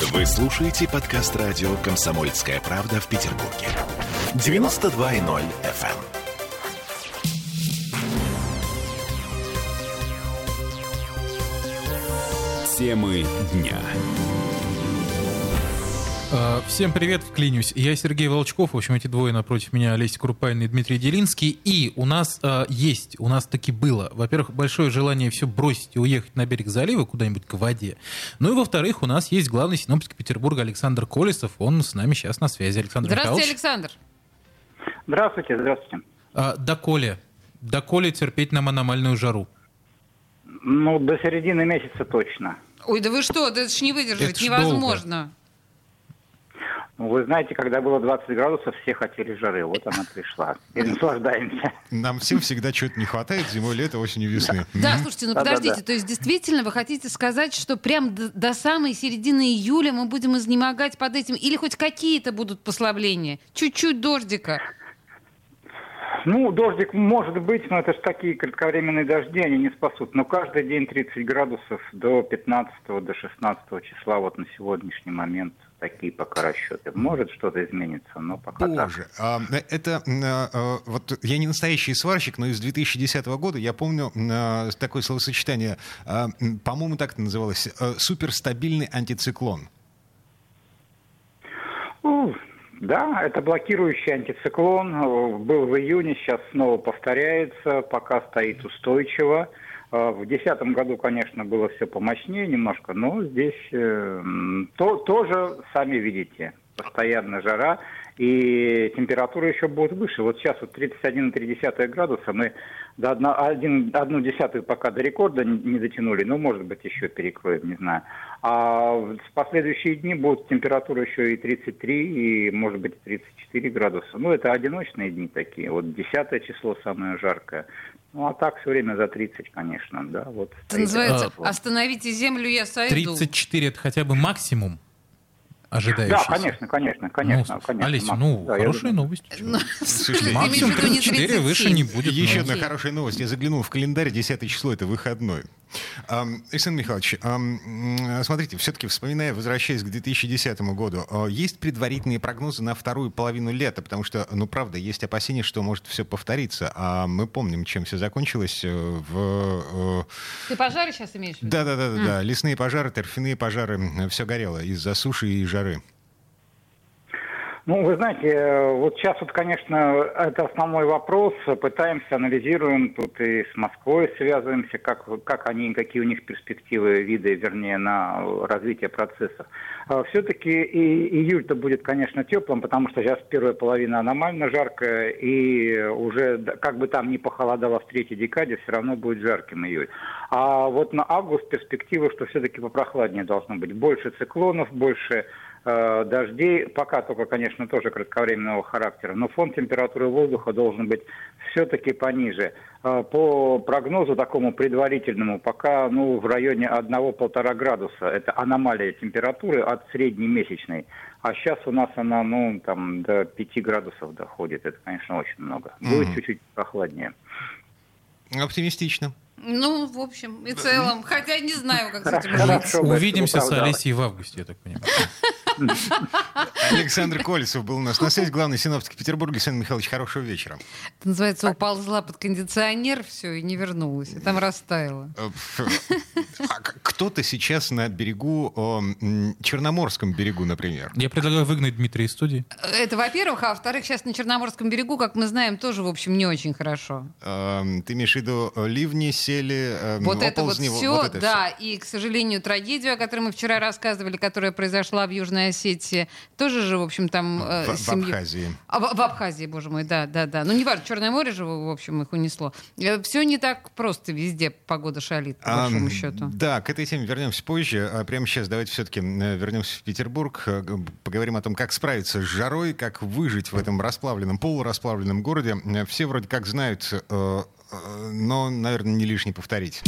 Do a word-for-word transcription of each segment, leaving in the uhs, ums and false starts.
Вы слушаете подкаст радио «Комсомольская правда» в Петербурге. девяносто два и ноль эф эм. Темы дня. Всем привет, вклинюсь. Я Сергей Волчков, в общем, эти двое напротив меня, Олеся Крупанина и Дмитрий Делинский. И у нас э, есть, у нас таки было, во-первых, большое желание все бросить и уехать на берег залива, куда-нибудь к воде. Ну и, во-вторых, у нас есть главный синоптик Петербурга Александр Колесов. Он с нами сейчас на связи. Александр Здравствуйте, Михайлович. Александр. Здравствуйте, здравствуйте. А, доколе? Доколе терпеть нам аномальную жару? Ну, до середины месяца точно. Ой, да вы что, да это ж не выдержать, Это ж невозможно. Ну, вы знаете, когда было двадцать градусов, все хотели жары. Вот она пришла. И наслаждаемся. Нам всем всегда чего-то не хватает зимой, лето, осенью, весны. Да, слушайте, ну Да, да, подождите, да. то есть действительно вы хотите сказать, что прям до, до самой середины июля мы будем изнемогать под этим? Или хоть какие-то будут послабления? Чуть-чуть дождика? Ну, дождик может быть, но это же такие кратковременные дожди, они не спасут. Но каждый день тридцать градусов до пятнадцатого, до шестнадцатого числа, вот на сегодняшний момент такие пока расчеты. Может что-то изменится, но пока Боже, а, это а, а, вот я не настоящий сварщик, но из две тысячи десятого года я помню а, такое словосочетание, а, по-моему, так это называлось, а, суперстабильный антициклон. Ну, да, это блокирующий антициклон. Был в июне, сейчас снова повторяется, пока стоит устойчиво. В две тысячи десятом году, конечно, было все помощнее немножко, но здесь э, то, тоже, сами видите, постоянно жара, и температура еще будет выше. Вот сейчас вот тридцать один и три десятых градуса, мы до одна, один, одну десятую пока до рекорда не дотянули, ну, может быть, еще перекроем, не знаю. А в последующие дни будут температура еще и тридцать три, и, может быть, тридцать четыре градуса. Ну, это одиночные дни такие. Вот десятое число самое жаркое. Ну, а так все время за тридцать, конечно, да. Вот. Это называется «Остановите землю, я сойду». тридцать четыре это хотя бы максимум ожидающийся? Да, конечно, конечно, конечно. Ну, конечно Олеся, Макс, ну, да, хорошая думаю... новость. Ну, Слушай, Максимум ты имеешь в виду не тридцать четыре, выше не будет. Еще ну. одна хорошая новость. Я заглянул в календарь, десятое число — это выходной. Ам, Александр Михайлович, ам, смотрите, все-таки вспоминая, возвращаясь к две тысячи десятому году, а, есть предварительные прогнозы на вторую половину лета, потому что, ну, правда, есть опасения, что может все повториться, а мы помним, чем все закончилось в... Ты пожары сейчас имеешь в виду? Да-да-да, да, лесные пожары, торфяные пожары, все горело из-за суши и жары. Ну, вы знаете, вот сейчас вот, конечно, это основной вопрос. Пытаемся, анализируем тут и с Москвой связываемся, как, как они, какие у них перспективы, виды, вернее, на развитие процесса. Все-таки и июль-то будет, конечно, теплым, потому что сейчас первая половина аномально жаркая, и уже, как бы там ни похолодало в третьей декаде, все равно будет жарким июль. А вот на август перспектива, что все-таки попрохладнее должно быть. Больше циклонов, больше... дождей, пока только, конечно, тоже кратковременного характера, но фон температуры воздуха должен быть все-таки пониже. По прогнозу такому предварительному, пока ну, в районе одного-полтора градуса. Это аномалия температуры от среднемесячной. А сейчас у нас она ну, там, до пяти градусов доходит. Это, конечно, очень много. Будет mm-hmm. чуть-чуть прохладнее. Оптимистично. Ну, в общем и целом. Хотя не знаю, как с этим Хорошо, жить. Увидимся с Олесей в августе, я так понимаю. Александр Колесов был у нас на связи, главный синоптик Петербурга. Александр Михайлович, хорошего вечера. Это называется, уползла под кондиционер, все, и не вернулась. И там растаяла. А кто-то сейчас на берегу, о, м, Черноморском берегу, например. Я предлагаю выгнать Дмитрия из студии. Это, во-первых. А во-вторых, сейчас на Черноморском берегу, как мы знаем, тоже, в общем, не очень хорошо. Эм, Ты имеешь в виду ливни, сели, эм, Вот это вот оползни, все, вот это да. И, к сожалению, трагедию, о которой мы вчера рассказывали, которая произошла в Южной Осетии, тоже же, в общем, там... Э, В, в семью... Абхазии. А, в, в Абхазии, боже мой, да, да, да. Ну, не важно, Черное море же, в общем, их унесло. Все не так просто везде, погода шалит, по А, большому счету. Да, к этой теме вернемся позже. А прямо сейчас давайте все-таки вернемся в Петербург, поговорим о том, как справиться с жарой, как выжить в этом расплавленном, полурасплавленном городе. Все вроде как знают, но, наверное, не лишне повторить.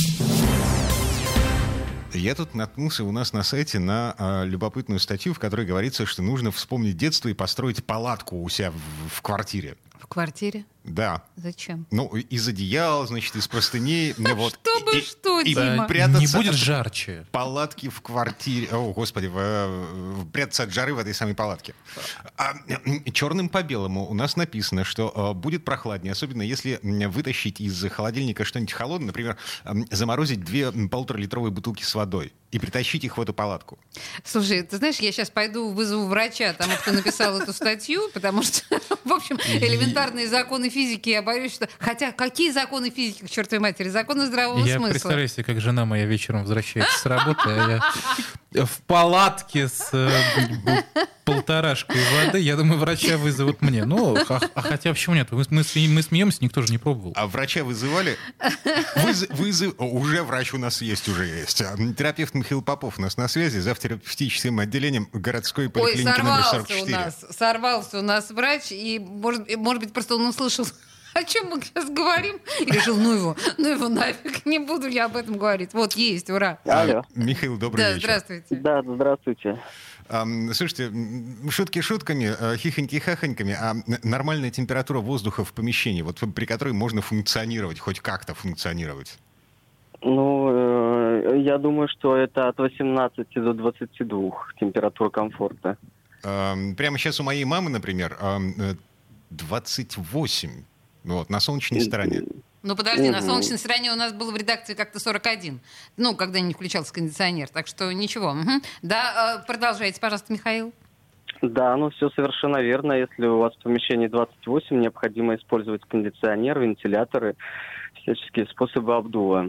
Я тут наткнулся у нас на сайте на а, любопытную статью, в которой говорится, что нужно вспомнить детство и построить палатку у себя в, в квартире. В квартире? Да. Зачем? Ну, из одеяла, значит, из простыней. ну, вот, Чтобы и- что, и Дима? прятаться Не будет от жарче. палатки в квартире. О, господи, в- в- прятаться от жары в этой самой палатке. А, черным по белому у нас написано, что а, будет прохладнее, особенно если м, вытащить из холодильника что-нибудь холодное, например, м, заморозить две м, полуторалитровые бутылки с водой и притащить их в эту палатку. Слушай, ты знаешь, я сейчас пойду вызову врача тому, кто написал эту статью, потому что, в общем, элементарные законы физики, я боюсь, что... Хотя какие законы физики, к чертовой матери? Законы здравого Я смысла. представляю себе, как жена моя вечером возвращается с работы, а я в палатке с э, б- полторашкой воды. Я думаю, врача вызовут мне. Ну, а, а хотя почему нет? Мы, мы, сме- мы смеемся, никто же не пробовал. А врача вызывали? Выз- вызов... О, уже врач у нас есть, уже есть. А, Терапевт Михаил Попов у нас на связи, завтерапевтическим отделением городской Ой, поликлиники номер сорвался сорок у четыре. нас, сорвался у нас врач, и, может, и, может быть, просто он услышал, о чем мы сейчас говорим, и решил, ну его, ну его нафиг, не буду я об этом говорить. Вот есть, ура. Алло. А, Михаил, добрый Да, вечер. здравствуйте. Да, здравствуйте. Ам, Слушайте, м, шутки шутками, э, хихоньки-хахоньками, а н- нормальная температура воздуха в помещении, вот при которой можно функционировать, хоть как-то функционировать? Ну, э, я думаю, что это от восемнадцати до двадцати двух температура комфорта. Ам, Прямо сейчас у моей мамы, например, ам, э, двадцать восемь, вот, на солнечной стороне. Ну, подожди, на Мгм. солнечной стороне у нас было в редакции как-то сорок один. Ну, когда не включался кондиционер, так что ничего. Мгм. Да, э, продолжайте, пожалуйста, Михаил. Да, ну все совершенно верно. Если у вас в помещении двадцать восемь, необходимо использовать кондиционер, вентиляторы, всяческие способы обдува.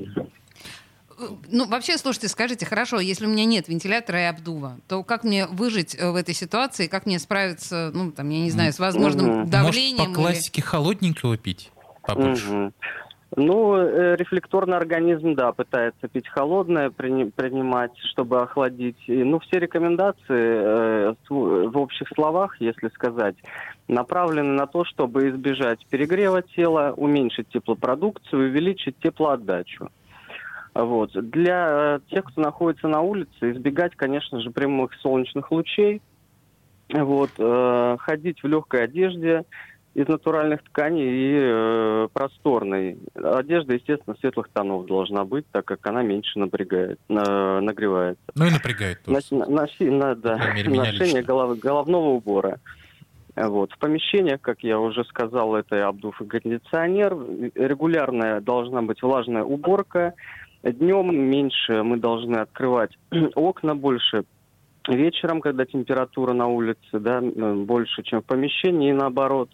Ну, вообще, слушайте, скажите, хорошо, если у меня нет вентилятора и обдува, то как мне выжить э, в этой ситуации, как мне справиться, ну, там, я не знаю, с возможным Мгм. давлением? Может, по классике холодненького пить побольше? Мгм. Ну, э, рефлекторный организм, да, пытается пить холодное, прини- принимать, чтобы охладить. И, ну, все рекомендации э, с- в общих словах, если сказать, направлены на то, чтобы избежать перегрева тела, уменьшить теплопродукцию, увеличить теплоотдачу. Вот. Для э, тех, кто находится на улице, избегать, конечно же, прямых солнечных лучей, вот, э, ходить в легкой одежде из натуральных тканей и э, просторной. Одежда, естественно, светлых тонов должна быть, так как она меньше напрягает, на- нагревается. Ну и напрягает тоже. Носи- носи- на- да, По крайней мере, меня ношение лично. голов- головного убора. Вот. В помещениях, как я уже сказал, это и обдув и кондиционер. Регулярная должна быть влажная уборка. Днем меньше мы должны открывать окна, больше вечером, когда температура на улице, да, больше, чем в помещении, и наоборот.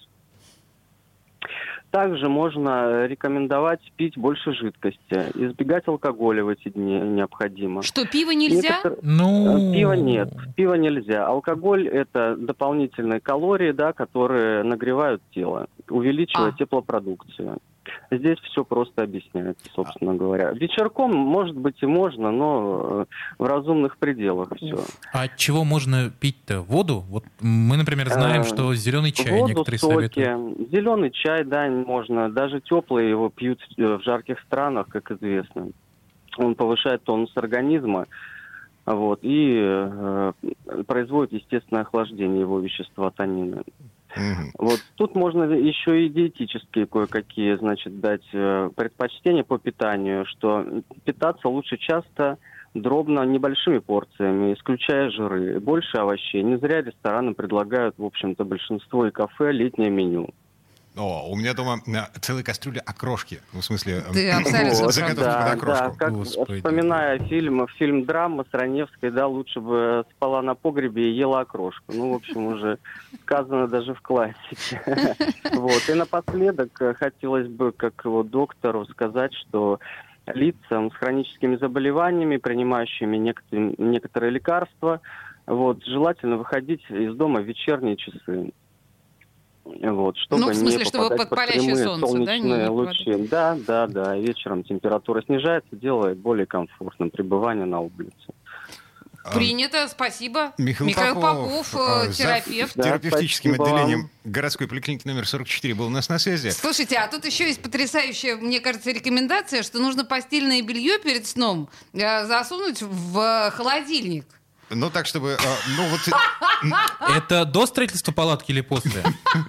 Также можно рекомендовать пить больше жидкости. Избегать алкоголя в эти дни необходимо. Что, пиво нельзя? Некотор- Ну... Пива нет, пива нельзя. Алкоголь — это дополнительные калории, да, которые нагревают тело, увеличивая А. теплопродукцию. Здесь все просто объясняется, собственно говоря. Вечерком, может быть, и можно, но э, в разумных пределах все. А от чего можно пить-то? Воду? Вот мы, например, знаем, Э, что зеленый чай Воду, некоторые соки, советуют. зеленый чай, да, можно. Даже теплый его пьют э, в жарких странах, как известно. Он повышает тонус организма, вот, и э, производит естественное охлаждение его вещества танина. Мгм. Вот тут можно еще и диетические кое-какие, значит, дать э, предпочтения по питанию, что питаться лучше часто, дробно, небольшими порциями, исключая жиры, больше овощей. Не зря рестораны предлагают, в общем-то, большинство и кафе летнее меню. О, у меня дома а, целая кастрюля окрошки. Ну, в смысле, Ты м, абсолютно прав. заготовки Да, под да, окрошку. как, Господи. вспоминая фильм, фильм «Драма» с Раневской, да, лучше бы спала на погребе и ела окрошку. Ну, в общем, уже сказано даже в классике. Вот. И напоследок э, хотелось бы, как вот доктору, сказать, что лицам с хроническими заболеваниями, принимающими некоторые, некоторые лекарства, вот, желательно выходить из дома в вечерние часы. Вот, чтобы Ну, в смысле, не чтобы попадать под палящее прямые солнце, да, не- солнечные не лучи. Да, да, да. Вечером температура снижается, делает более комфортным пребывание на улице. Принято, спасибо. Михаил, Попов, а, э, зав. терапевт. Да, терапевтическим спасибо отделением вам. городской поликлиники номер сорок четыре был у нас на связи. Слушайте, а тут еще есть потрясающая, мне кажется, рекомендация, что нужно постельное белье перед сном э, засунуть в э, холодильник. Ну, так, чтобы... а, ну, вот... Это до строительства палатки или после?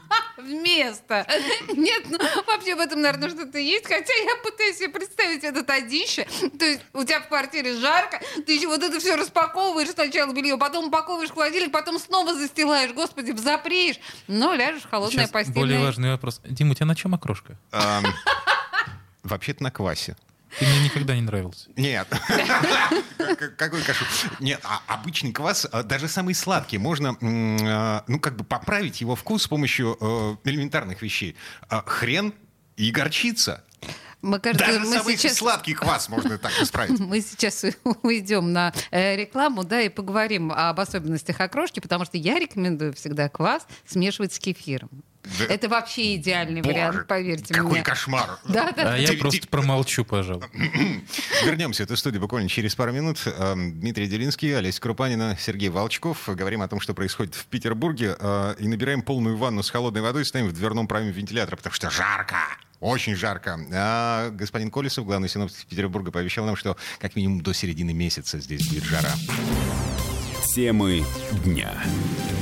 вместо. Нет, ну вообще в этом, наверное, что-то есть. Хотя я пытаюсь себе представить это одище. То есть у тебя в квартире жарко, ты еще вот это все распаковываешь сначала белье, потом упаковываешь в холодильник, потом снова застилаешь, господи, запреешь. Но ляжешь в холодное Сейчас постельное. более важный вопрос. Дим, у тебя на чем окрошка? Ам, Вообще-то на квасе. Ты мне никогда не нравился. Нет. Какой кашу? Нет, а обычный квас, а, даже самый сладкий, можно, м, а, ну, как бы поправить его вкус с помощью э, элементарных вещей. А, Хрен и горчица. Мы, кажется, Даже мы самый сейчас... сладкий квас можно так исправить. Мы сейчас уйдем на э, рекламу, да, и поговорим об особенностях окрошки, потому что я рекомендую всегда квас смешивать с кефиром. Да. Это вообще идеальный Боже, вариант, поверьте какой мне. кошмар. Да, да. А я Ти- просто ти- промолчу, пожалуй. Вернемся в эту студию буквально через пару минут. Эм, Дмитрий Делинский, Олеся Крупанина, Сергей Волчков. Говорим о том, что происходит в Петербурге. э, И набираем полную ванну с холодной водой, стоим в дверном проеме вентилятора, потому что жарко. Очень жарко. А господин Колесов, главный синоптик Петербурга, пообещал нам, что как минимум до середины месяца здесь будет жара. Темы дня.